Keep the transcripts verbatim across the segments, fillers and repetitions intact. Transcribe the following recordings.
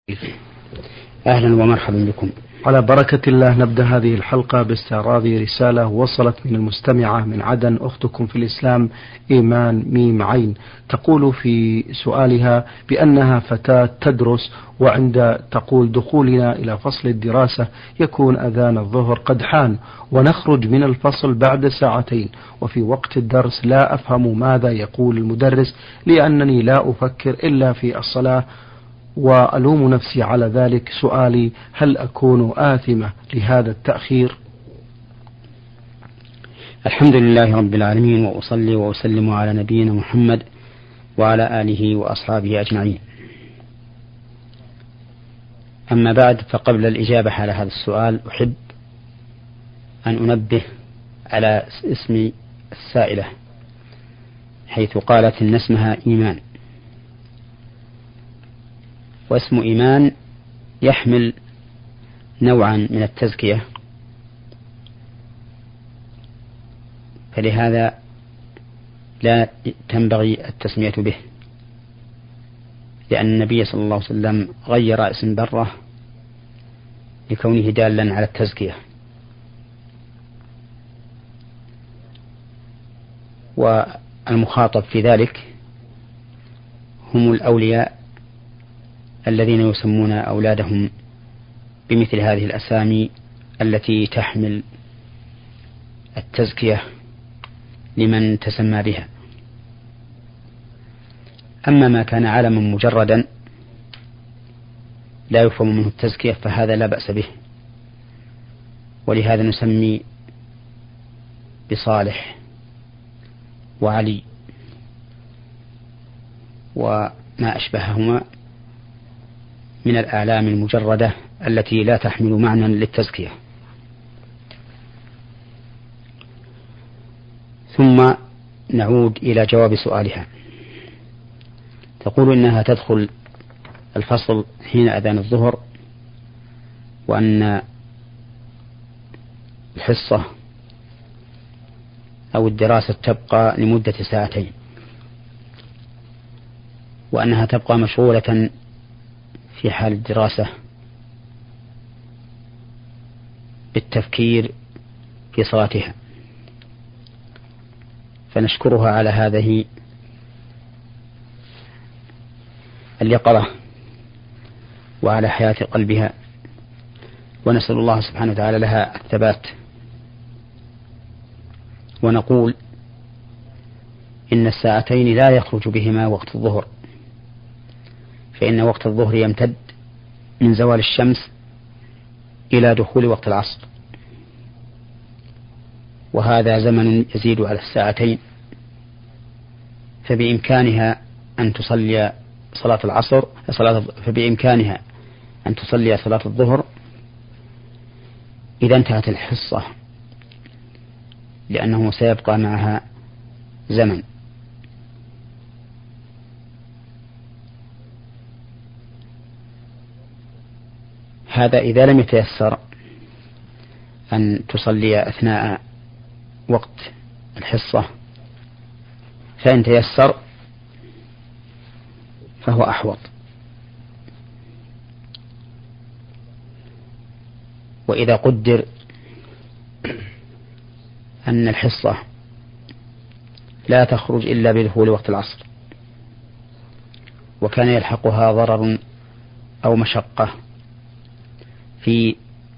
أهلا ومرحبا بكم. على بركة الله نبدأ هذه الحلقة باستعراض رسالة وصلت من المستمعة من عدن، أختكم في الإسلام إيمان ميم عين، تقول في سؤالها بأنها فتاة تدرس، وعند تقول دخولنا إلى فصل الدراسة يكون أذان الظهر قد حان، ونخرج من الفصل بعد ساعتين، وفي وقت الدرس لا أفهم ماذا يقول المدرس لأنني لا أفكر إلا في الصلاة وألوم نفسي على ذلك. سؤالي: هل أكون آثمة لهذا التأخير؟ الحمد لله رب العالمين، وأصلي وأسلم على نبينا محمد وعلى آله وأصحابه أجمعين. أما بعد، فقبل الإجابة على هذا السؤال أحب أن أنبه على اسم السائلة، حيث قالت إن اسمها إيمان، واسم إيمان يحمل نوعا من التزكية، فلهذا لا تنبغي التسمية به، لأن النبي صلى الله عليه وسلم غير اسم برة لكونه دالا على التزكية. والمخاطب في ذلك هم الأولياء الذين يسمون أولادهم بمثل هذه الأسامي التي تحمل التزكية لمن تسمى بها. أما ما كان علما مجردا لا يفهم منه التزكية فهذا لا بأس به، ولهذا نسمي بصالح وعلي وما أشبههما من الأعلام المجردة التي لا تحمل معنى للتزكية. ثم نعود إلى جواب سؤالها. تقول إنها تدخل الفصل حين أذان الظهر، وأن الحصة أو الدراسة تبقى لمدة ساعتين، وأنها تبقى مشغولة في حال الدراسة بالتفكير في صلاتها، فنشكرها على هذه اليقظة وعلى حياة قلبها، ونسأل الله سبحانه وتعالى لها الثبات. ونقول إن الساعتين لا يخرج بهما وقت الظهر، فإن وقت الظهر يمتد من زوال الشمس إلى دخول وقت العصر، وهذا زمن يزيد على الساعتين، فبإمكانها أن تصلي صلاة العصر صلاة فبإمكانها أن تصلي صلاة الظهر إذا انتهت الحصة، لأنه سيبقى معها زمن. هذا إذا لم يتيسر أن تصلي أثناء وقت الحصة، فإن تيسر فهو أحوط. وإذا قدر أن الحصة لا تخرج إلا بدخول وقت العصر، وكان يلحقها ضرر أو مشقة في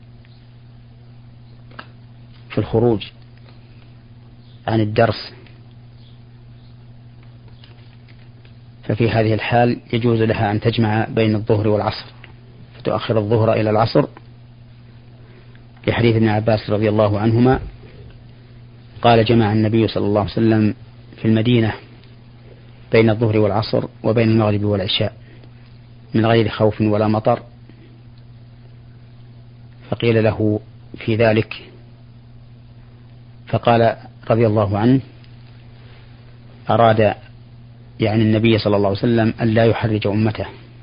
في الخروج عن الدرس، ففي هذه الحال يجوز لها أن تجمع بين الظهر والعصر، فتؤخر الظهر إلى العصر، لحديث ابن عباس رضي الله عنهما قال: جمع النبي صلى الله عليه وسلم في المدينة بين الظهر والعصر وبين المغرب والعشاء من غير خوف ولا مطر. فقيل له في ذلك فقال رضي الله عنه: أراد يعني النبي صلى الله عليه وسلم أن لا يحرج أمته.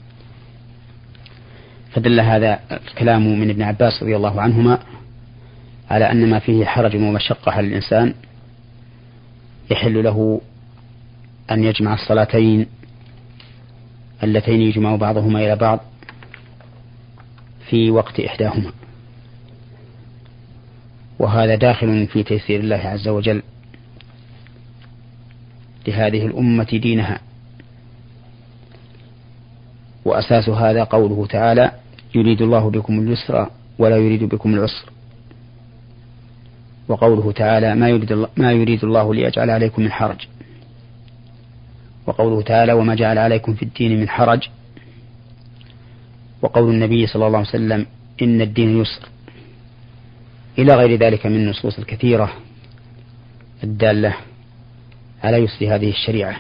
فدل هذا الكلام من ابن عباس رضي الله عنهما على أن ما فيه حرج ومشقة على الإنسان يحل له أن يجمع الصلاتين اللتين يجمع بعضهما إلى بعض في وقت إحداهما، وهذا داخل في تيسير الله عز وجل لهذه الأمة دينها. وأساس هذا قوله تعالى: يريد الله بكم اليسر ولا يريد بكم العسر. وقوله تعالى: ما يريد الله, ما يريد الله ليجعل عليكم من حرج. وقوله تعالى: وما جعل عليكم في الدين من حرج. وقول النبي صلى الله عليه وسلم: إن الدين يسر، إلى غير ذلك من النصوص الكثيرة الدالة على يسر هذه الشريعة.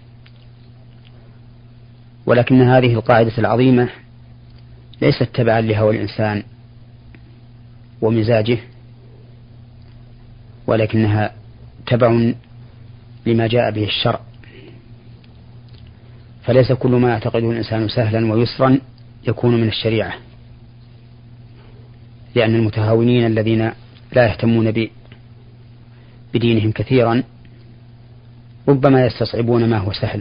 ولكن هذه القاعدة العظيمة ليست تبعا لهوى الإنسان ومزاجه، ولكنها تبع لما جاء به الشرع. فليس كل ما يعتقده الإنسان سهلا ويسرا يكون من الشريعة، لأن المتهاونين الذين لا يهتمون بدينهم كثيرا ربما يستصعبون ما هو سهل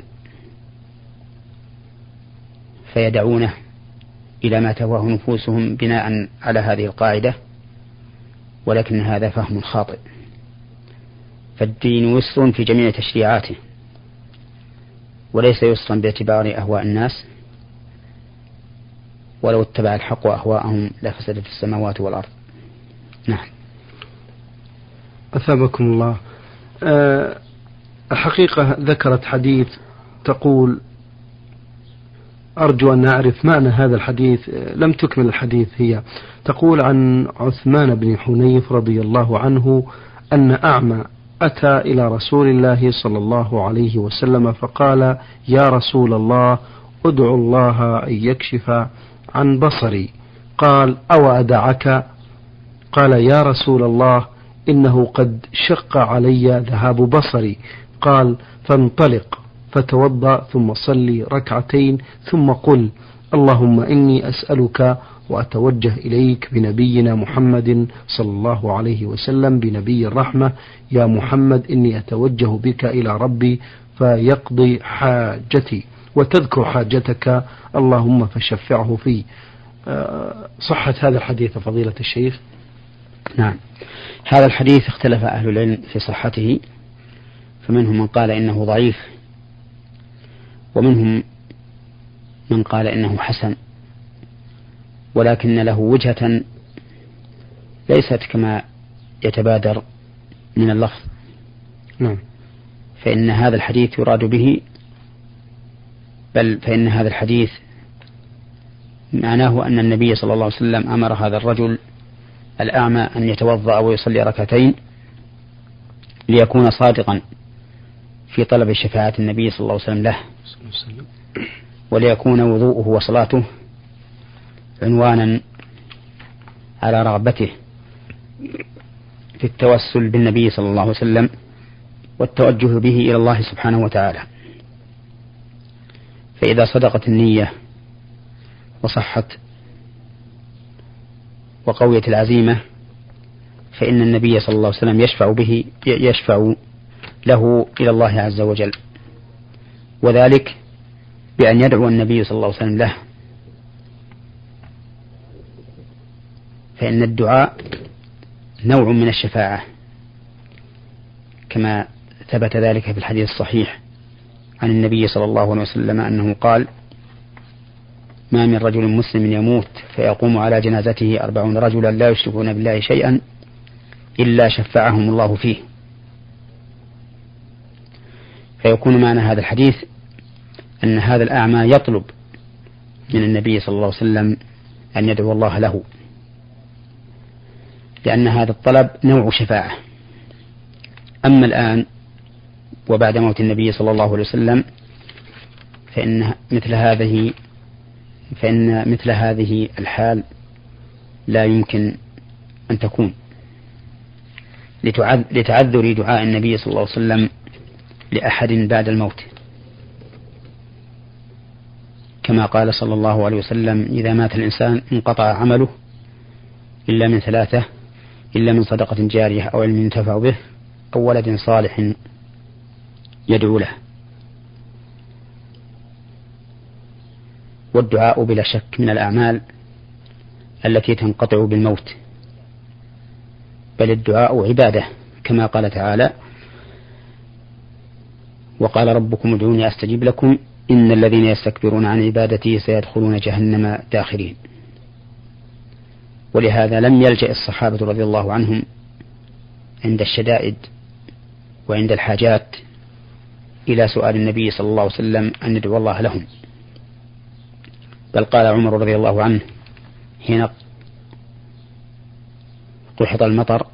فيدعونه إلى ما تهواه نفوسهم بناء على هذه القاعدة، ولكن هذا فهم خاطئ. فالدين يسر في جميع تشريعاته، وليس يسرا باعتبار أهواء الناس، ولو اتبع الحق أهواءهم لفسدت السماوات والأرض. نعم. أثابكم الله. أه الحقيقة ذكرت حديث تقول: أرجو أن أعرف معنى هذا الحديث. لم تكمل الحديث. هي تقول عن عثمان بن حنيف رضي الله عنه أن أعمى أتى إلى رسول الله صلى الله عليه وسلم فقال: يا رسول الله، أدعو الله أن يكشف عن بصري. قال: أو أدعك؟ قال: يا رسول الله، إنه قد شق علي ذهاب بصري. قال: فانطلق فتوضأ ثم صلي ركعتين ثم قل: اللهم إني أسألك وأتوجه إليك بنبينا محمد صلى الله عليه وسلم بنبي الرحمة، يا محمد إني أتوجه بك إلى ربي فيقضي حاجتي، وتذكر حاجتك اللهم فشفعه في. صحة هذا الحديث فضيلة الشيخ؟ نعم، هذا الحديث اختلف أهل العلم في صحته، فمنهم من قال إنه ضعيف، ومنهم من قال إنه حسن، ولكن له وجهة ليست كما يتبادر من اللفظ. نعم. فإن هذا الحديث يراد به، بل فإن هذا الحديث معناه أن النبي صلى الله عليه وسلم أمر هذا الرجل الأعمى أن يتوضأ ويصلي ركعتين ليكون صادقا في طلب شفاعة النبي صلى الله عليه وسلم له، وليكون وضوءه وصلاته عنوانا على رغبته في التوسل بالنبي صلى الله عليه وسلم والتوجه به إلى الله سبحانه وتعالى. فإذا صدقت النية وصحت وقويت العزيمة فإن النبي صلى الله عليه وسلم يشفع به يشفع له إلى الله عز وجل، وذلك بأن يدعو النبي صلى الله عليه وسلم له. فإن الدعاء نوع من الشفاعة كما ثبت ذلك في الحديث الصحيح عن النبي صلى الله عليه وسلم أنه قال: ما من رجل مسلم يموت فيقوم على جنازته أربعون رجلا لا يشركون بالله شيئا إلا شفعهم الله فيه. فيكون معنى هذا الحديث أن هذا الأعمى يطلب من النبي صلى الله عليه وسلم أن يدعو الله له، لأن هذا الطلب نوع شفاعة. أما الآن وبعد موت النبي صلى الله عليه وسلم فإن مثل هذه فإن مثل هذه الحال لا يمكن أن تكون لتعذر دعاء النبي صلى الله عليه وسلم لأحد بعد الموت، كما قال صلى الله عليه وسلم: إذا مات الإنسان انقطع عمله إلا من ثلاثة، إلا من صدقة جارية أو علم ينتفع به أو ولد صالح يدعو له. والدعاء بلا شك من الأعمال التي تنقطع بالموت، بل الدعاء عبادة كما قال تعالى: وقال ربكم ادعوني أستجب لكم إن الذين يستكبرون عن عبادتي سيدخلون جهنم داخرين. ولهذا لم يلجأ الصحابة رضي الله عنهم عند الشدائد وعند الحاجات إلى سؤال النبي صلى الله عليه وسلم أن يدعو الله لهم، بل قال عمر رضي الله عنه حين قحط المطر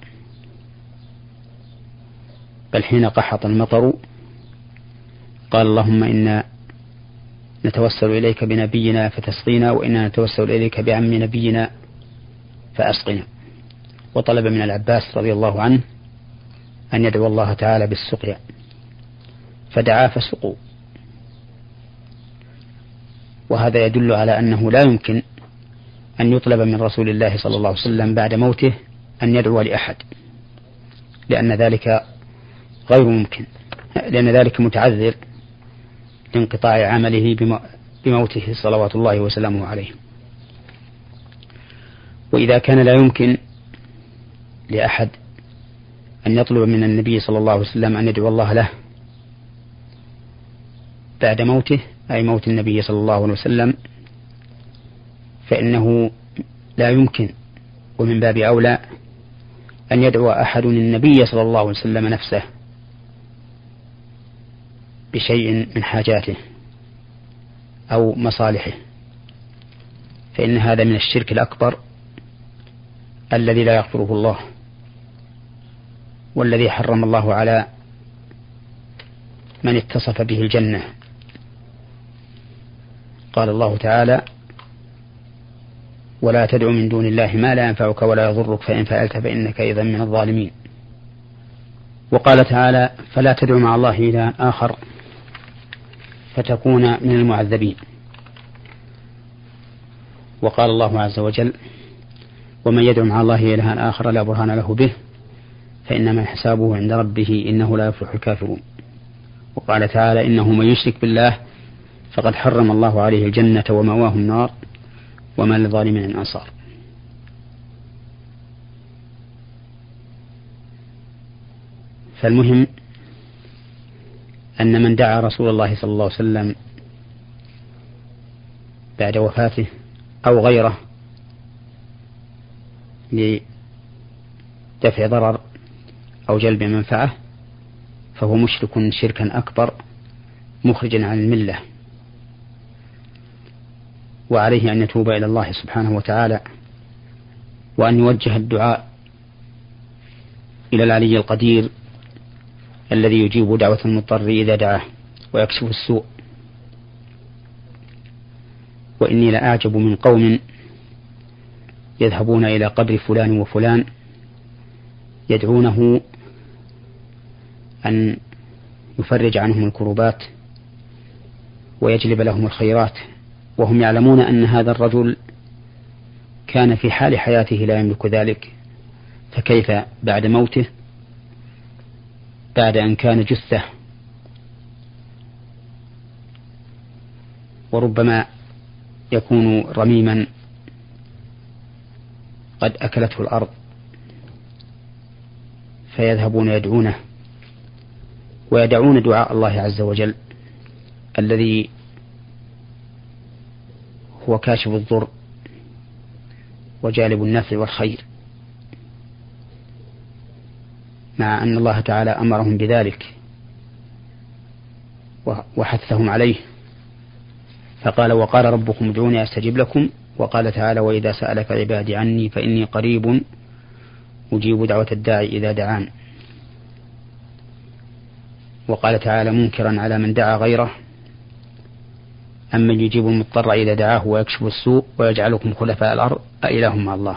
بل حين قحط المطر قال: اللهم إنا نتوسل إليك بنبينا فتسقينا، وإنا نتوسل إليك بعم نبينا فأسقنا. وطلب من العباس رضي الله عنه أن يدعو الله تعالى بالسقيا، فدعا فسقوا. وهذا يدل على أنه لا يمكن أن يطلب من رسول الله صلى الله عليه وسلم بعد موته أن يدعو لأحد، لأن ذلك غير ممكن، لأن ذلك متعذر لانقطاع عمله بموته صلوات الله وسلامه عليه. وإذا كان لا يمكن لأحد أن يطلب من النبي صلى الله عليه وسلم أن يدعو الله له بعد موته، أي موت النبي صلى الله عليه وسلم، فإنه لا يمكن ومن باب أولى أن يدعو أحد النبي صلى الله عليه وسلم نفسه بشيء من حاجاته أو مصالحه، فإن هذا من الشرك الأكبر الذي لا يغفره الله، والذي حرم الله على من اتصف به الجنة. قال الله تعالى: ولا تدع من دون الله ما لا ينفعك ولا يضرك فإن فعلت فإنك إذا من الظالمين. وقال تعالى: فلا تدع مع الله إلها آخر فتكون من المعذبين. وقال الله عز وجل: ومن يدع مع الله إلها آخر لا برهان له به فإنما حسابه عند ربه إنه لا يفلح الكافرون. وقال تعالى: إنه من يشرك بالله فقد حرم الله عليه الجنة ومأواه النار وما للظالمين من أنصار. فالمهم أن من دعا رسول الله صلى الله عليه وسلم بعد وفاته أو غيره لدفع ضرر أو جلب منفعة فهو مشرك شركا أكبر مخرجا عن الملة، وعليه أن يتوب إلى الله سبحانه وتعالى، وأن يوجه الدعاء إلى العلي القدير الذي يجيب دعوة المضطر إذا دعاه ويكشف السوء. وإني لأعجب من قوم يذهبون إلى قبر فلان وفلان يدعونه أن يفرج عنهم الكربات ويجلب لهم الخيرات، وهم يعلمون أن هذا الرجل كان في حال حياته لا يملك ذلك، فكيف بعد موته بعد أن كان جثة وربما يكون رميما قد أكلته الأرض، فيذهبون يدعونه ويدعون دعاء الله عز وجل الذي هو كاشف الضر وجالب النفع والخير، مع أن الله تعالى أمرهم بذلك وحثهم عليه، فقال: وقال ربكم ادعوني أستجب لكم. وقال تعالى: وإذا سألك عبادي عني فإني قريب أجيب دعوة الداعي إذا دعان. وقال تعالى منكرا على من دعا غيره: أمن يجيب المضطر إذا دعاه ويكشف السوء ويجعلكم خلفاء الأرض أإله مع الله.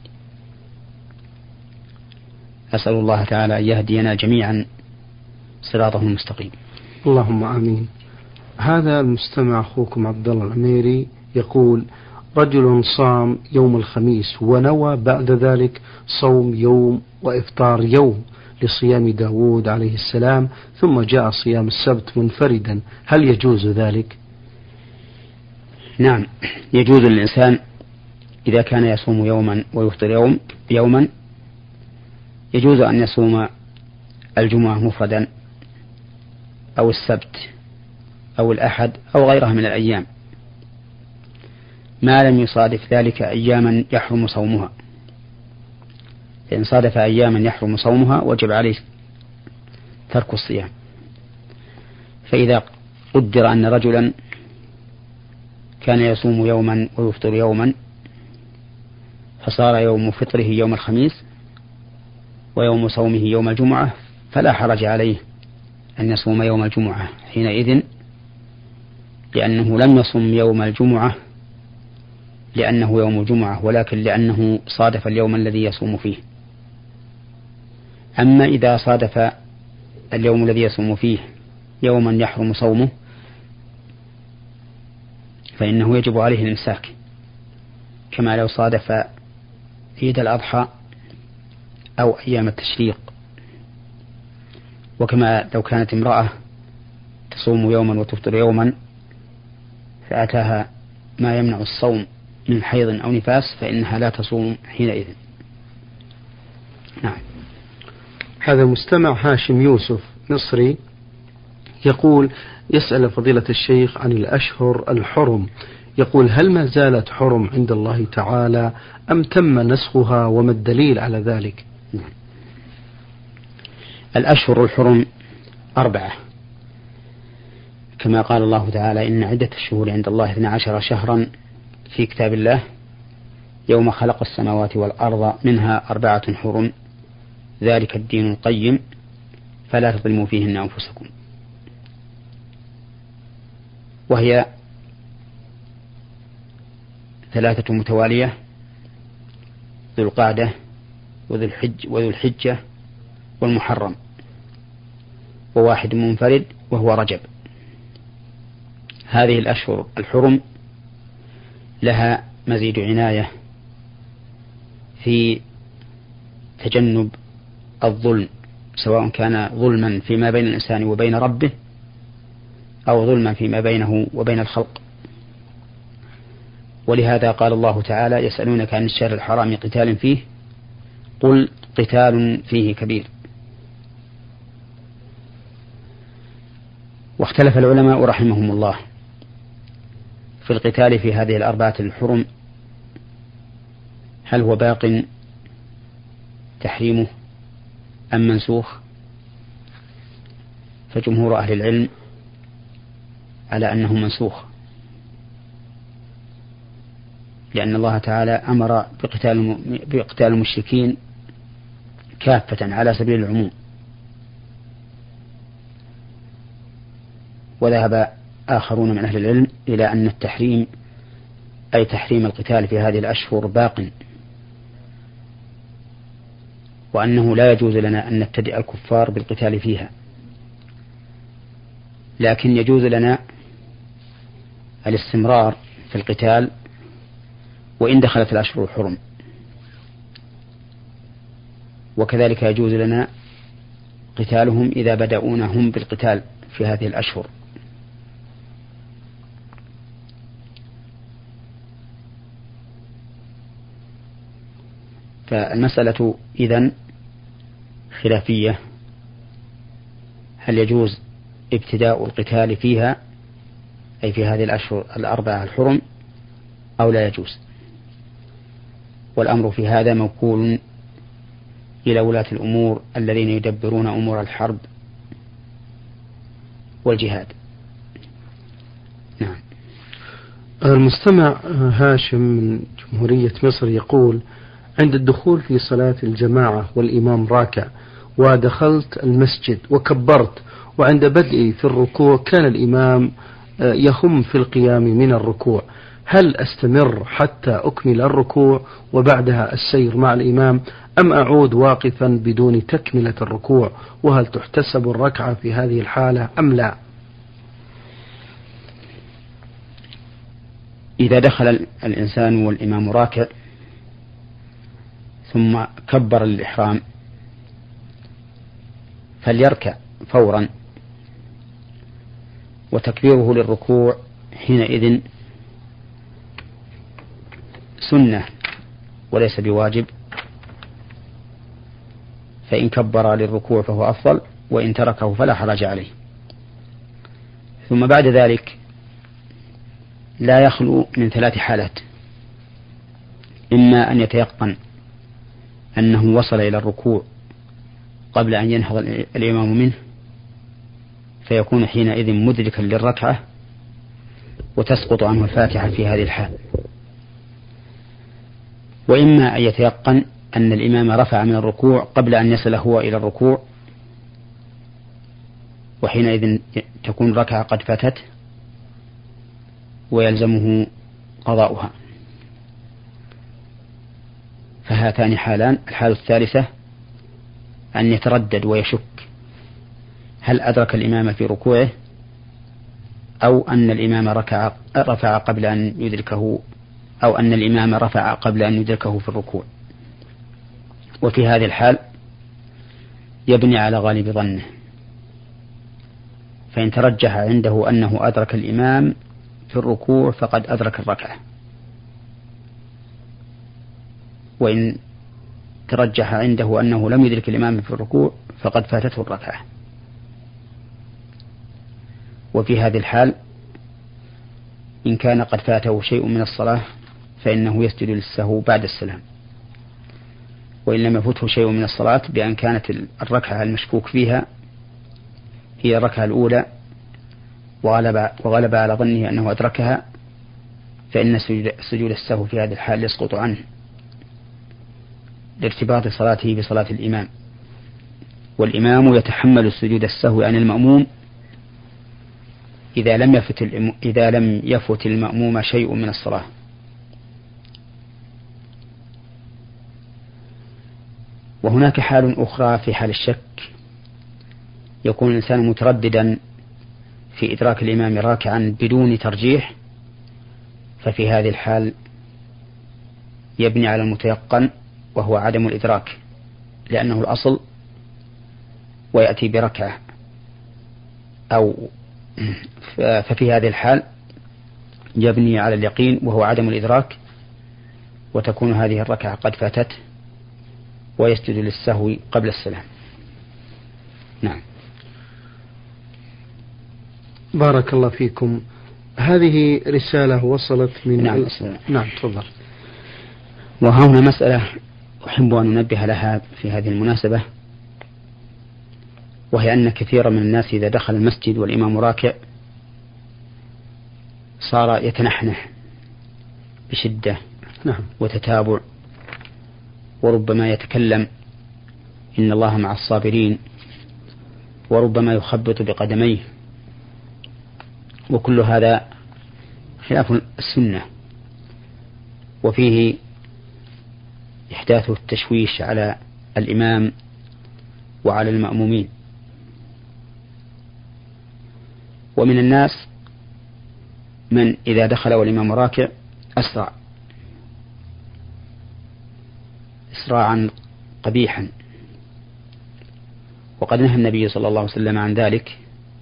أسأل الله تعالى أن يهدينا جميعا صراطه المستقيم. اللهم آمين. هذا المستمع أخوكم عبد الله العميري يقول: رجل صام يوم الخميس ونوى بعد ذلك صوم يوم وإفطار يوم لصيام داود عليه السلام، ثم جاء صيام السبت منفردا، هل يجوز ذلك؟ نعم، يجوز للإنسان إذا كان يصوم يوما ويفطر يوم يوما يجوز أن يصوم الجمعة مفردا أو السبت أو الأحد أو غيرها من الأيام ما لم يصادف ذلك أياما يحرم صومها. فإن صادف أياما يحرم صومها وجب عليه ترك الصيام. فإذا قدر أن رجلا كان يصوم يوما ويفطر يوما فصار يوم فطره يوم الخميس ويوم صومه يوم الجمعة فلا حرج عليه أن يصوم يوم الجمعة حينئذ، لأنه لم يصم يوم الجمعة لأنه يوم الجمعة ولكن لأنه صادف اليوم الذي يصوم فيه. أما إذا صادف اليوم الذي يصوم فيه يوما يحرم صومه فإنه يجب عليه الإمساك، كما لو صادف عيد الأضحى أو أيام التشريق، وكما لو كانت امرأة تصوم يوما وتفطر يوما فأتاها ما يمنع الصوم من حيض أو نفاس فإنها لا تصوم حينئذ. نعم. هذا مستمع هاشم يوسف مصري يقول يسأل فضيلة الشيخ عن الأشهر الحرم، يقول هل ما زالت حرم عند الله تعالى أم تم نسخها وما الدليل على ذلك؟ نعم. الأشهر الحرم أربعة كما قال الله تعالى إن عدة الشهور عند الله اثنا عشر شهرا في كتاب الله يوم خلق السماوات والأرض منها أربعة حرم ذلك الدين القيم فلا تظلموا فيهن أنفسكم. وهي ثلاثة متوالية ذو القعدة وذو الحج وذو الحجة والمحرم، وواحد منفرد وهو رجب. هذه الأشهر الحرم لها مزيد عناية في تجنب الظلم، سواء كان ظلما فيما بين الإنسان وبين ربه أو ظلما فيما بينه وبين الخلق. ولهذا قال الله تعالى يسألونك عن الشهر الحرام قتال فيه قل قتال فيه كبير. واختلف العلماء رحمهم الله في القتال في هذه الأربعة الحرم، هل هو باق تحريمه أم منسوخ؟ فجمهور أهل العلم على أنه منسوخ، لأن الله تعالى أمر بقتال بقتال المشركين كافة على سبيل العموم. وذهب آخرون من أهل العلم إلى أن التحريم أي تحريم القتال في هذه الأشهر باق، وأنه لا يجوز لنا أن نبتدئ الكفار بالقتال فيها، لكن يجوز لنا الاستمرار في القتال وإن دخلت الأشهر الحرم، وكذلك يجوز لنا قتالهم إذا بدأونا هم بالقتال في هذه الأشهر. فالمسألة إذن خلافية، هل يجوز ابتداء القتال فيها أي في هذه الأشهر الأربعة الحرم أو لا يجوز؟ والأمر في هذا موكول إلى ولاة الأمور الذين يدبرون أمور الحرب والجهاد. نعم. المستمع هاشم من جمهورية مصر يقول عند الدخول في صلاة الجماعة والإمام راكع ودخلت المسجد وكبرت، وعند بدئي في الركوع كان الإمام يهم في القيام من الركوع، هل أستمر حتى أكمل الركوع وبعدها السير مع الإمام أم أعود واقفا بدون تكملة الركوع؟ وهل تحتسب الركعة في هذه الحالة أم لا؟ إذا دخل الإنسان والإمام راكع ثم كبر الإحرام فليركع فورا، وتكبيره للركوع حينئذ سنة وليس بواجب، فإن كبر للركوع فهو أفضل، وإن تركه فلا حرج عليه. ثم بعد ذلك لا يخلو من ثلاث حالات: إما أن يتيقن أنه وصل إلى الركوع قبل أن ينهض الإمام منه، فيكون حينئذ مدركا للركعة وتسقط عنه الفاتحة في هذه الحال. وإما أن يتيقن أن الإمام رفع من الركوع قبل أن يصل هو إلى الركوع، وحينئذ تكون الركعة قد فاتت ويلزمه قضاؤها. فهاتان حالان. الحالة الثالثة أن يتردد ويشك هل أدرك الإمام في ركوعه أو أن الإمام ركع رفع قبل أن يدركه أو أن الإمام رفع قبل أن يدركه في الركوع. وفي هذه الحال يبني على غالب ظنه، فإن ترجح عنده أنه أدرك الإمام في الركوع فقد أدرك الركعة، وإن ترجح عنده أنه لم يدرك الإمام في الركوع فقد فاتته الركعة. وفي هذه الحال إن كان قد فاته شيء من الصلاة فإنه يسجد للسهو بعد السلام، وإن لم يفته شيء من الصلاة بأن كانت الركعة المشكوك فيها هي الركعة الأولى وغلب, وغلب على ظنه أنه أدركها، فإن سجود السهو في هذه الحال يسقط عنه لارتباط صلاته بصلاة الإمام، والإمام يتحمل سجود السهو عن المأموم إذا لم يفت إذا لم يفت المأموم شيء من الصلاة. وهناك حال أخرى في حال الشك، يكون الإنسان مترددا في إدراك الإمام راكعا بدون ترجيح، ففي هذه الحال يبني على المتيقن وهو عدم الإدراك لأنه الأصل، ويأتي بركعة أو ففي هذه الحال يبني على اليقين وهو عدم الإدراك، وتكون هذه الركعة قد فاتت ويسجد للسهو قبل السلام. نعم. بارك الله فيكم. هذه رسالة وصلت من نعم. ال... نعم تفضل. وهنا مسألة أحب أن ننبه لها في هذه المناسبة، وهي أن كثيرا من الناس إذا دخل المسجد والإمام راكع صار يتنحنح بشدة نعم. وتتابع، وربما يتكلم إن الله مع الصابرين، وربما يخبط بقدميه، وكل هذا خلاف السنة، وفيه إحداث التشويش على الإمام وعلى المأمومين. ومن الناس من إذا دخل والإمام راكع أسرع إسراعا قبيحا، وقد نهى النبي صلى الله عليه وسلم عن ذلك،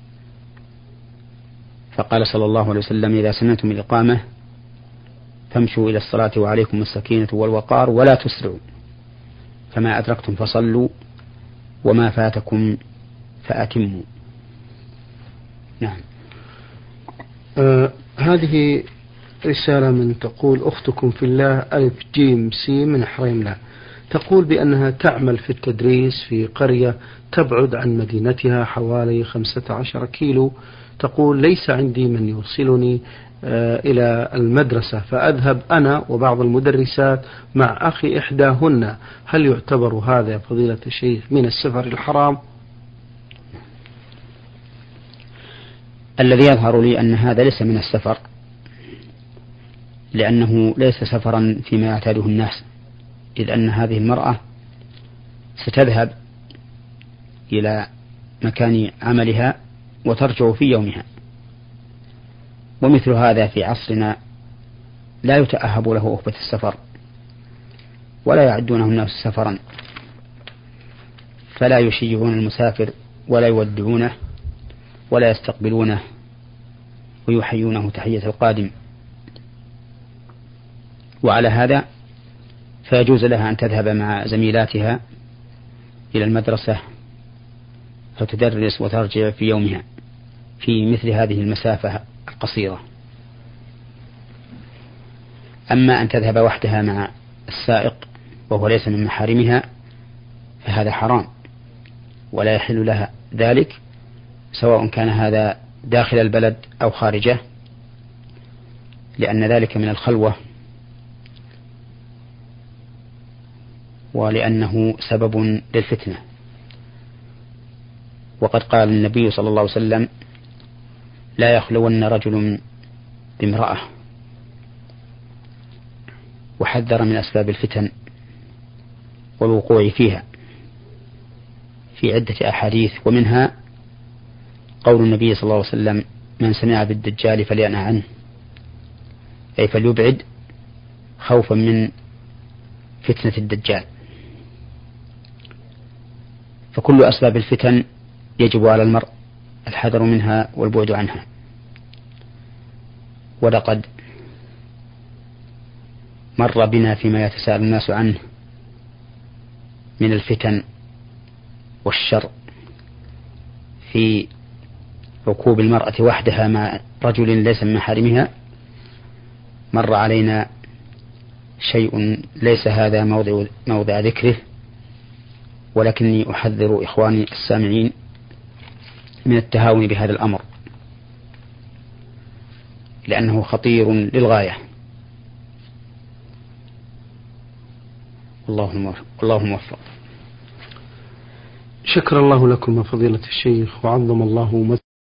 فقال صلى الله عليه وسلم: إذا سمعتم الإقامة فامشوا إلى الصلاة وعليكم السكينة والوقار ولا تسرعوا، فما أدركتم فصلوا وما فاتكم فأتموا. نعم. آه هذه رسالة من تقول أختكم في الله ألف جيم سي من حريملة، تقول بأنها تعمل في التدريس في قرية تبعد عن مدينتها حوالي خمسة عشر كيلو. تقول: ليس عندي من يوصلني آه إلى المدرسة، فأذهب أنا وبعض المدرسات مع أخي إحداهن، هل يعتبر هذا فضيلة الشيخ من السفر الحرام؟ الذي يظهر لي أن هذا ليس من السفر، لأنه ليس سفرا فيما يعتاده الناس، إذ أن هذه المرأة ستذهب إلى مكان عملها وترجع في يومها، ومثل هذا في عصرنا لا يتأهب له أخبة السفر ولا يعدونه الناس سفرا، فلا يشيعون المسافر ولا يودعونه ولا يستقبلونه ويحيونه تحية القادم. وعلى هذا فيجوز لها أن تذهب مع زميلاتها إلى المدرسة فتدرس وترجع في يومها في مثل هذه المسافة القصيرة. أما أن تذهب وحدها مع السائق وهو ليس من محارمها فهذا حرام، ولا يحل لها ذلك، سواء كان هذا داخل البلد أو خارجه، لأن ذلك من الخلوة، ولأنه سبب للفتنة. وقد قال النبي صلى الله عليه وسلم: لا يخلون رجل بامرأة، وحذر من أسباب الفتن والوقوع فيها في عدة أحاديث، ومنها قول النبي صلى الله عليه وسلم: من سمع بالدجال فلينأ عنه، أي فليبعد خوفا من فتنة الدجال. فكل أسباب الفتن يجب على المرء الحذر منها والبعد عنها. ولقد مر بنا فيما يتساءل الناس عنه من الفتن والشر في ركوب المرأة وحدها مع رجل ليس من محارمها، مر علينا شيء ليس هذا موضع, موضع ذكره، ولكني أحذر إخواني السامعين من التهاون بهذا الأمر، لأنه خطير للغاية. الله موفق. شكر الله لكم فضيلة الشيخ، وعظم الله